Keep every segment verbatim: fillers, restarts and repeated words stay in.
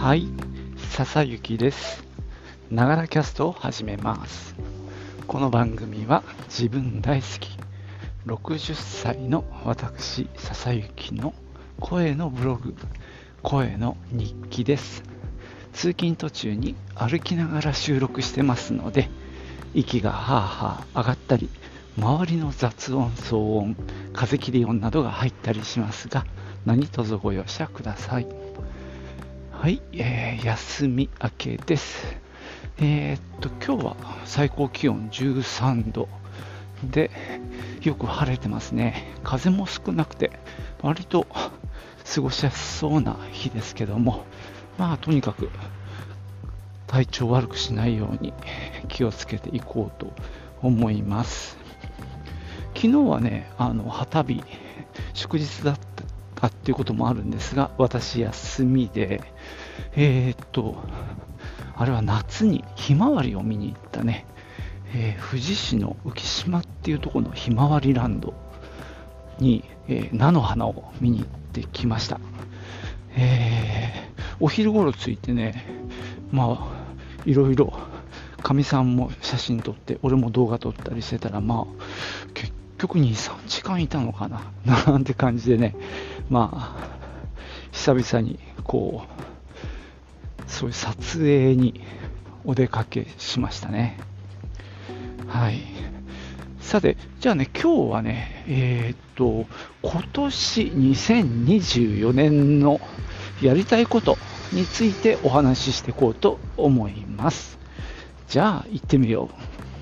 はい、笹雪です。ながらキャストを始めます。この番組は自分大好きろくじゅっさいの私笹雪の声のブログ、声の日記です。通勤途中に歩きながら収録してますので、息がはあはあ上がったり、周りの雑音、騒音、風切り音などが入ったりしますが、何卒ご容赦ください。はい、えー、休み明けです。えー、っと今日は最高気温じゅうさんどでよく晴れてますね。風も少なくて割と過ごしやすそうな日ですけども、まあとにかく体調悪くしないように気をつけていこうと思います。昨日はね、あの旗日祝日だったっていうこともあるんですが、私休みで、えー、っとあれは夏にひまわりを見に行ったね、えー、富士市の浮島っていうところのひまわりランドに、えー、菜の花を見に行ってきました。えー、お昼頃着いてね、まあいろいろかみさんも写真撮って俺も動画撮ったりしてたら、まあ結局に、さんじかんいたのかななんて感じでね、まあ久々にこうそういう撮影にお出かけしましたね。はい。さて、じゃあね、今日はね、えー、っと今年にせんにじゅうよねんのやりたいことについてお話ししていこうと思います。じゃあ行ってみよう。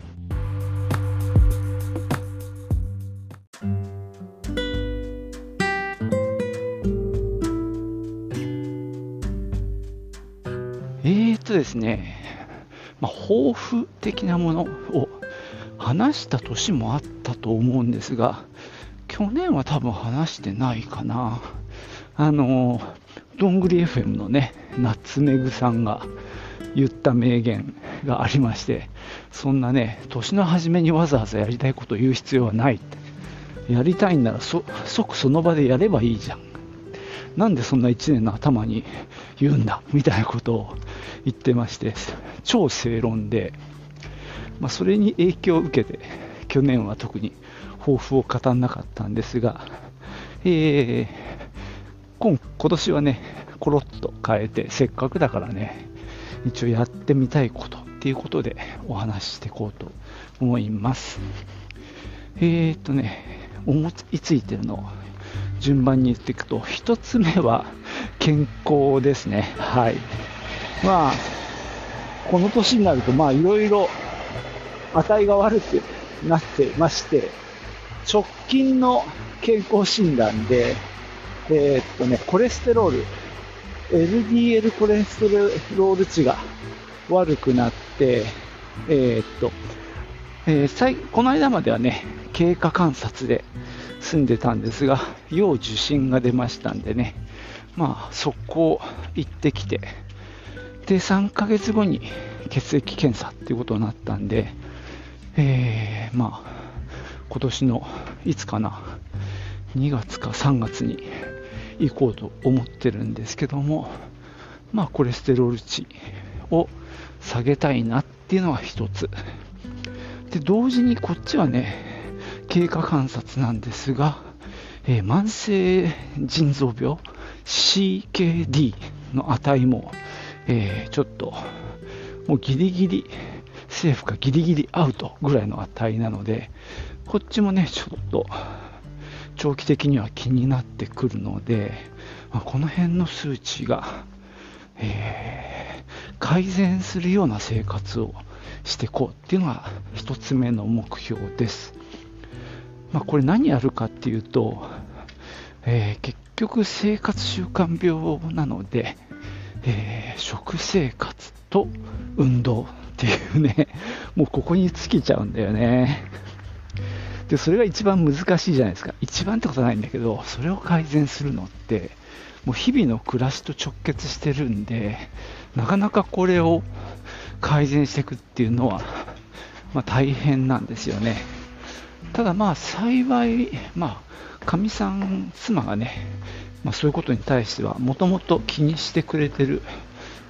えーとですね、まあ、抱負的なものを話した年もあったと思うんですが、去年は多分話してないかな。あのどんぐり エフエム のね、夏目ぐさんが言った名言がありまして、そんなね、年の初めにわざわざやりたいことを言う必要はないって、やりたいんならそ即その場でやればいいじゃん、なんでそんないちねんの頭に言うんだみたいなことを言ってまして、超正論で、まあ、それに影響を受けて去年は特に抱負を語らなかったんですが、えー、今, 今年はねコロッと変えて、せっかくだからね一応やってみたいことっていうことでお話ししていこうと思います。えーっとね思いついてるのを順番に言っていくと、ひとつめは健康ですね。はい。まあこの年になると、まあいろいろ値が悪くなってまして、直近の健康診断で、えー、っとねコレステロール エルディーエル コレステロール値が悪くなって、えー、っと、えー、この間まではね経過観察で済んでたんですが、要受診が出ましたんでね、まあ速攻行ってきて、でさんかげつごに血液検査っていうことになったんで、えー、まあ今年のいつかな、にがつかさんがつに行こうと思ってるんですけども、まあコレステロール値を下げたいなっていうのが一つで、同時にこっちはね経過観察なんですが、えー、慢性腎臓病 シーケーディー の値も、えー、ちょっともうギリギリセーフかギリギリアウトぐらいの値なので、こっちもねちょっと長期的には気になってくるので、まあ、この辺の数値が、えー、改善するような生活をしていこうっていうのが一つ目の目標です。まあ、これ何やるかっていうと、えー、結局生活習慣病なので、えー、食生活と運動っていうね、もうここに尽きちゃうんだよね。でそれが一番難しいじゃないですか。一番ってことはないんだけど、それを改善するのってもう日々の暮らしと直結してるんで、なかなかこれを改善していくっていうのは、まあ、大変なんですよね。ただまあ幸い、まあかみさん妻がね、まあ、そういうことに対してはもともと気にしてくれてる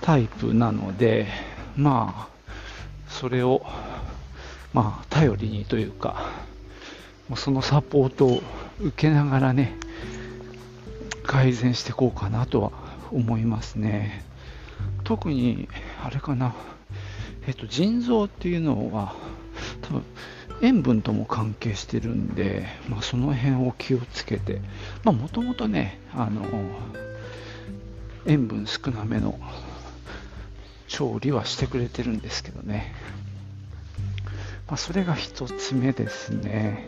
タイプなので、まあそれをまあ頼りにというか、もうそのサポートを受けながらね、改善していこうかなとは思いますね。特にあれかな、えっと腎臓っていうのは多分塩分とも関係してるんで、まあ、その辺を気をつけて、まあもともとね、あの塩分少なめの調理はしてくれてるんですけどね、まあ、それが一つ目ですね。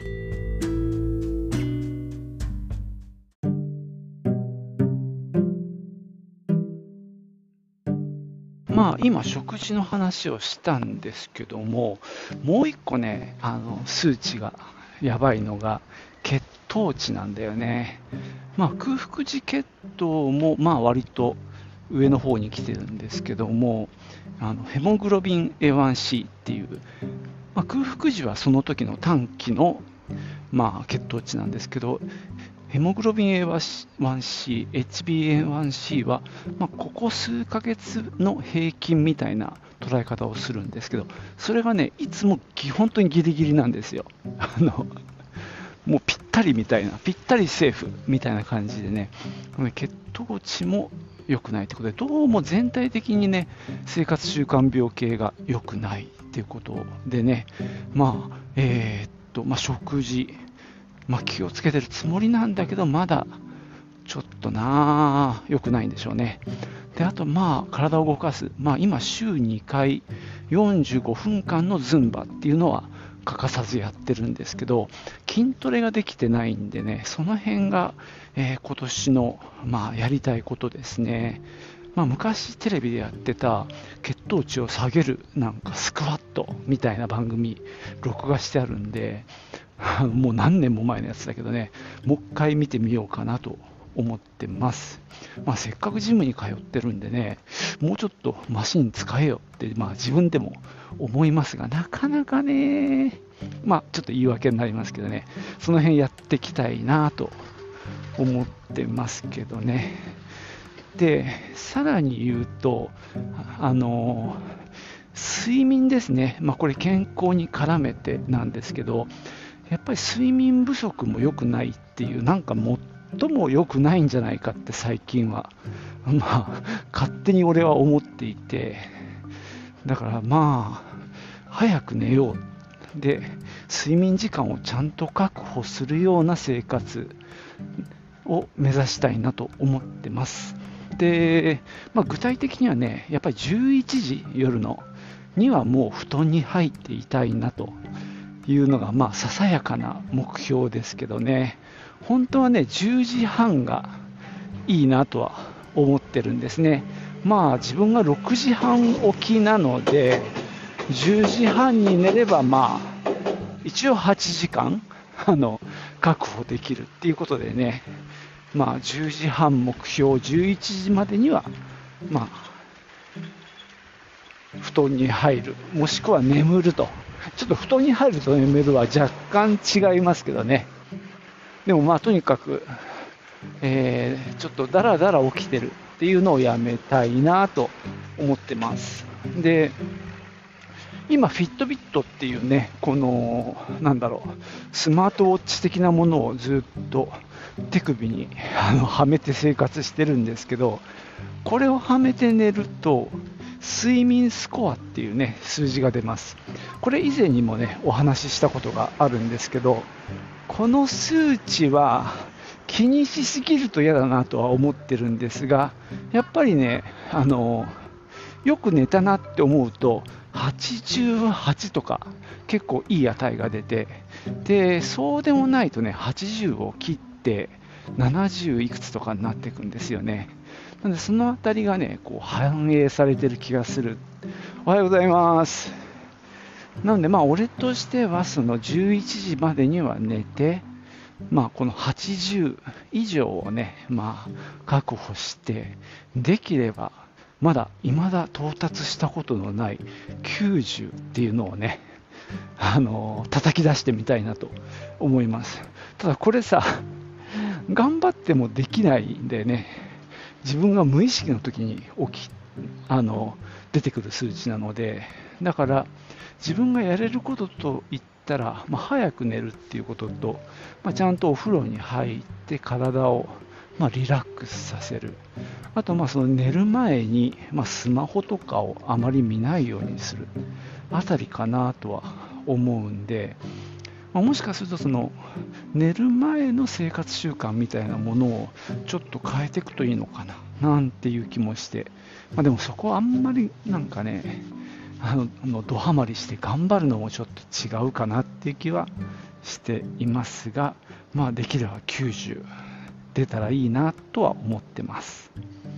まあ今食事の話をしたんですけども、もう一個ね、あの数値がやばいのが血糖値なんだよね。まあ空腹時血糖もまあ割と上の方に来てるんですけども、あのヘモグロビン エーワンシー っていう、まあ、空腹時はその時の短期の、まあ、血糖値なんですけど、ヘモグロビン エーワンシー、エイチビーエーワンシー は、まあ、ここ数ヶ月の平均みたいな捉え方をするんですけど、それがね、いつも本当にギリギリなんですよ。あのもうぴったりみたいな、ぴったりセーフみたいな感じでね、血糖値も良くないということで、どうも全体的にね、生活習慣病系が良くないっていうことでね、まあ、えーっと、まあ、食事、まあ、気をつけてるつもりなんだけど、まだちょっとなぁ、良くないんでしょうね。で、あと、まあ、体を動かす。まあ、今、週にかい、よんじゅうごふんかんのズンバっていうのは欠かさずやってるんですけど、筋トレができてないんでね、その辺が、えー今年の、まあ、やりたいことですね。まあ、昔テレビでやってた血糖値を下げるなんかスクワットみたいな番組録画してあるんで、もう何年も前のやつだけどね、もう一回見てみようかなと思ってます。まあ、せっかくジムに通ってるんでね、もうちょっとマシン使えよって、まあ、自分でも思いますが、なかなかね、まあ、ちょっと言い訳になりますけどね、その辺やっていきたいなと思ってますけどね。で、さらに言うと、あの睡眠ですね、まあ、これ健康に絡めてなんですけど、やっぱり睡眠不足も良くないっていう、なんか最も良くないんじゃないかって最近は、まあ、勝手に俺は思っていて、だからまあ、早く寝よう。で、睡眠時間をちゃんと確保するような生活を目指したいなと思ってます。で、まあ、具体的にはね、やっぱりじゅういちじ夜のにはもう布団に入っていたいなというのが、まあ、ささやかな目標ですけどね、本当はね、じゅうじはんがいいなとは思ってるんですね。まあ、自分がろくじはん起きなので、じゅうじはんに寝れば、まあ、一応はちじかんあの確保できるっていうことでね、まあ、じゅうじはん目標、じゅういちじまでには、まあ、布団に入る、もしくは眠ると。ちょっと布団に入ると眠るは若干違いますけどね。でもまあとにかく、えーちょっとダラダラ起きてるっていうのをやめたいなと思ってます。で、今フィットビットっていうね、このなんだろう、スマートウォッチ的なものをずっと手首にあのはめて生活してるんですけど、これをはめて寝ると睡眠スコアっていうね数字が出ます。これ以前にもねお話ししたことがあるんですけど、この数値は気にしすぎると嫌だなとは思ってるんですが、やっぱりね、あのよく寝たなって思うとはちじゅうはちとか結構いい値が出て、でそうでもないとねはちじゅうを切ってななじゅういくつとかになっていくんですよね。なのでそのあたりがねこう反映されてる気がする。おはようございます。なのでまあ俺としてはそのじゅういちじまでには寝て、まあこのはちじゅう以上をねまあ確保して、できればまだ未だ到達したことのないきゅうじゅうっていうのをね、あの叩き出してみたいなと思います。ただこれさ、頑張ってもできないんでね、自分が無意識の時に起きあの出てくる数値なので、だから自分がやれることといったら、まあ、早く寝るっていうことと、まあ、ちゃんとお風呂に入って体をまあリラックスさせる、あとまあその寝る前にまあスマホとかをあまり見ないようにするあたりかなとは思うんで、まあ、もしかするとその寝る前の生活習慣みたいなものをちょっと変えていくといいのかななんていう気もして、まあ、でもそこはあんまりなんかね、あのあのドハマりして頑張るのもちょっと違うかなっていう気はしていますが、まあ、できればきゅうじゅう出たらいいなとは思ってます。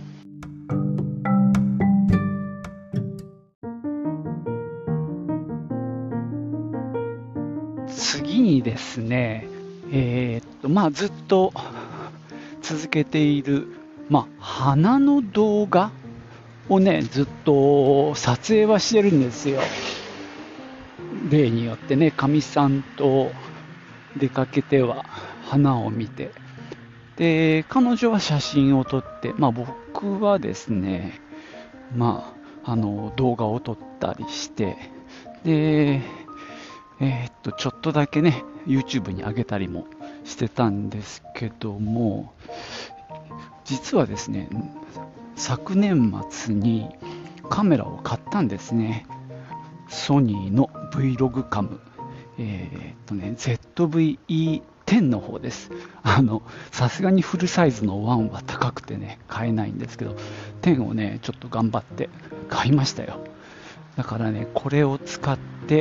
次にですね、えーっとまあ、ずっと続けている、まあ、花の動画をね、ずっと撮影はしてるんですよ。例によってね、かみさんと出かけては花を見て、で、彼女は写真を撮って、まあ僕はですね、まあ、あの、動画を撮ったりして、で、えーっと、ちょっとだけね、YouTube に上げたりもしてたんですけども、実はですね、昨年末にカメラを買ったんですね。ソニーの Vlogcam、えーっとね、ゼットブイイーテン の方です。あの、さすがにフルサイズのワンは高くてね、買えないんですけど、テンをね、ちょっと頑張って買いましたよ。だからね、これを使って、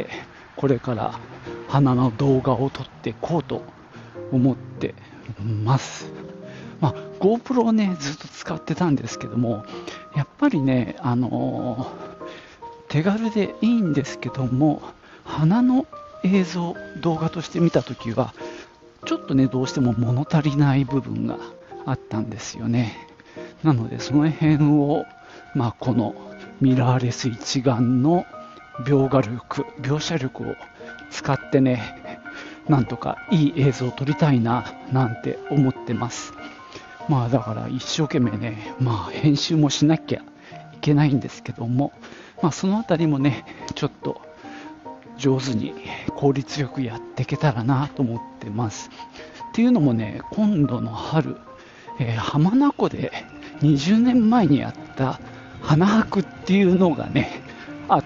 これから花の動画を撮っていこうと思ってます。まあ、GoPro をね、ずっと使ってたんですけども、やっぱりね、あのー手軽でいいんですけども、花の映像、動画として見たときは、ちょっとね、どうしても物足りない部分があったんですよね。なので、その辺を、まあ、このミラーレス一眼の描画力、描写力を使ってね、なんとかいい映像を撮りたいな、なんて思ってます。まあ、だから一生懸命ね、まあ、編集もしなきゃいけないんですけども、まあ、そのあたりもね、ちょっと上手に効率よくやっていけたらなと思ってます。っていうのもね、今度の春、えー浜名湖でにじゅうねんまえにやった花博っていうのがね、あって、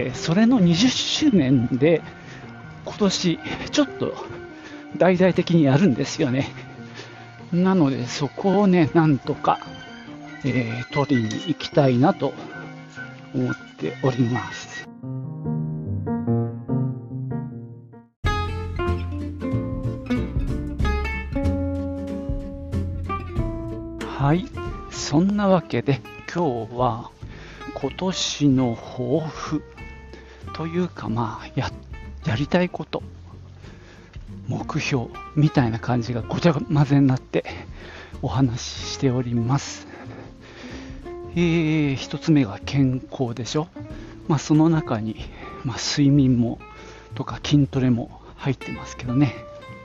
それのにじゅっしゅうねんで今年ちょっと大々的にやるんですよね。なのでそこをね、なんとか、えー取りに行きたいなと思っております。はい、そんなわけで今日は今年の抱負というか、まあ や, やりたいこと、目標みたいな感じがごちゃ混ぜになってお話ししております。えー、一つ目が健康でしょ。まあ、その中に、まあ、睡眠もとか筋トレも入ってますけどね。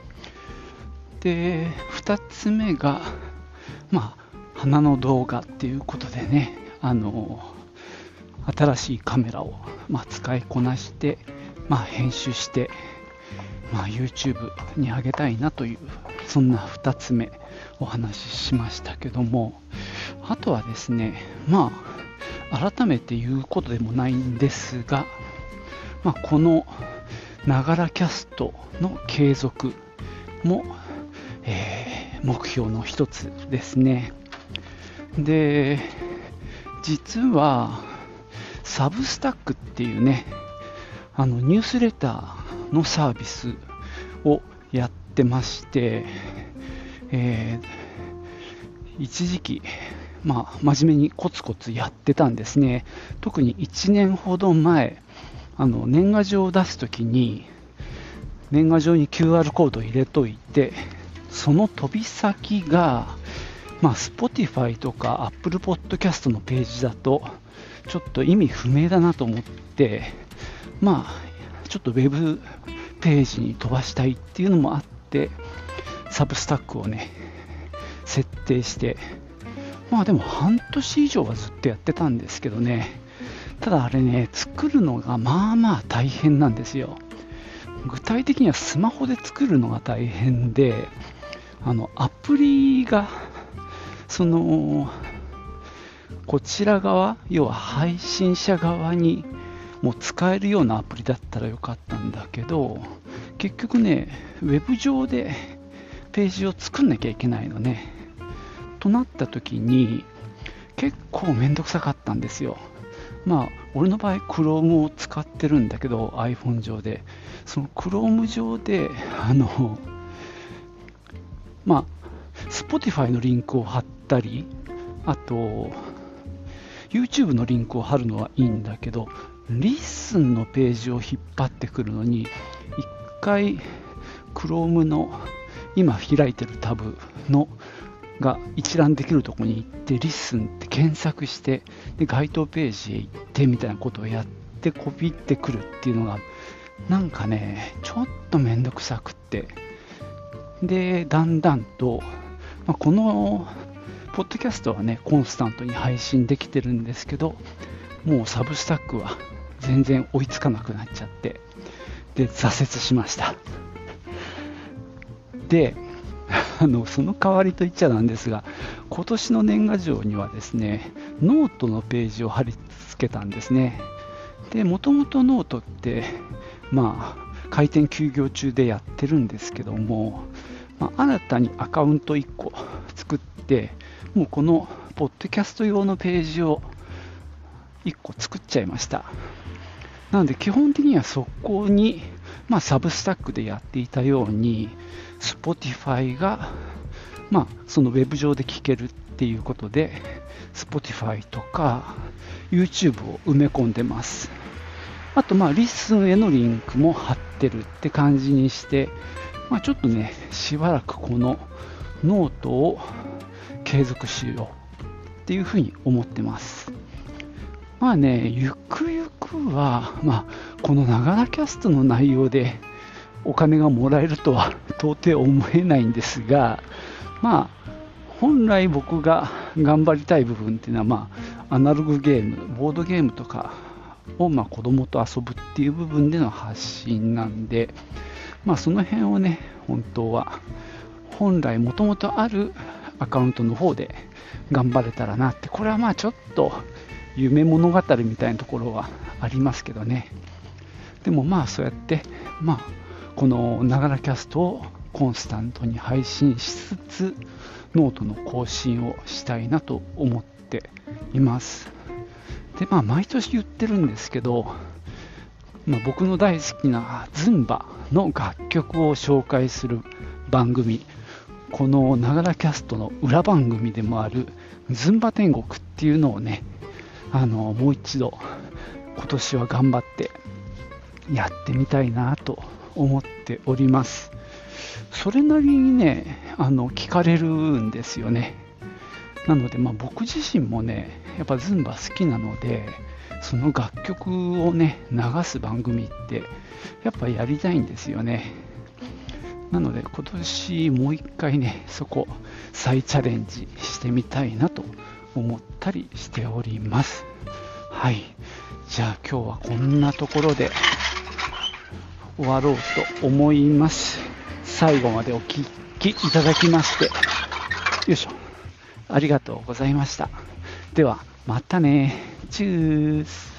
で、二つ目が、まあ、花の動画っていうことでね、あの新しいカメラを、まあ、使いこなして、まあ、編集して、まあ、YouTube に上げたいなという、そんなふたつめお話ししましたけども、あとはですね、まあ改めて言うことでもないんですが、まあ、このながらキャストの継続も、えー目標の一つですね。で、実はサブスタックっていうね、あのニュースレターのサービスをやってまして、えー一時期、まあ、真面目にコツコツやってたんですね。特にいちねんほど前、あの年賀状を出すときに年賀状に キューアール コードを入れといて、その飛び先が、まあ、Spotify とか Apple Podcast のページだとちょっと意味不明だなと思って、まあ、ちょっとウェブページに飛ばしたいっていうのもあって、サブスタックをね設定して、 まあでも半年以上はずっとやってたんですけどね。ただあれね、作るのがまあまあ大変なんですよ。具体的にはスマホで作るのが大変で、あのアプリがそのこちら側、要は配信者側にもう使えるようなアプリだったらよかったんだけど、結局ね、ウェブ上でページを作んなきゃいけないのね。となった時に結構めんどくさかったんですよ。まあ俺の場合 Chrome を使ってるんだけど、 iPhone 上でその Chrome 上であのまあ Spotify のリンクを貼ったり、あと YouTube のリンクを貼るのはいいんだけど、リッスンのページを引っ張ってくるのに、一回 Chrome の今開いてるタブのが一覧できるところに行って、リッスンって検索して、で該当ページへ行ってみたいなことをやってコピってくるっていうのがなんかね、ちょっとめんどくさくって、でだんだんと、まあ、このポッドキャストはねコンスタントに配信できてるんですけど、もうサブスタックは全然追いつかなくなっちゃって、で挫折しました。であのその代わりと言っちゃなんですが、今年の年賀状にはですね、ノートのページを貼り付けたんですね。でもともとノートってまあ開店休業中でやってるんですけども、まあ、新たにアカウントいっこ作って、もうこのポッドキャスト用のページをいっこ作っちゃいました。なので基本的にはそこに、まあ、サブスタックでやっていたように Spotify が、まあ、そのウェブ上で聴けるっていうことで Spotify とか YouTube を埋め込んでます。あとまあリッスンへのリンクも貼ってるって感じにして、まあ、ちょっとねしばらくこのノートを継続しようっていうふうに思ってます。まあね、ゆくゆくは、まあ、このながらキャストの内容でお金がもらえるとは到底思えないんですが、まあ本来僕が頑張りたい部分っていうのは、まあ、アナログゲーム、ボードゲームとかを、まあ、子供と遊ぶっていう部分での発信なんで、まあ、その辺をね、本当は本来もともとあるアカウントの方で頑張れたらなって、これはまあちょっと夢物語みたいなところはありますけどね。でもまあそうやって、まあ、このながらキャストをコンスタントに配信しつつ、ノートの更新をしたいなと思っています。でまあ毎年言ってるんですけど、まあ、僕の大好きなズンバの楽曲を紹介する番組、このながらキャストの裏番組でもあるズンバ天国っていうのをね、あのもう一度今年は頑張ってやってみたいなと思っております。それなりにね、あの聞かれるんですよね。なので、まあ、僕自身もね、やっぱズンバ好きなので、その楽曲をね流す番組ってやっぱやりたいんですよね。なので今年もう一回ね、そこ再チャレンジしてみたいなと思ったりしております。はい、じゃあ今日はこんなところで終わろうと思います。最後までお聞きいただきましてよいしょ、ありがとうございました。ではまたね。チュース。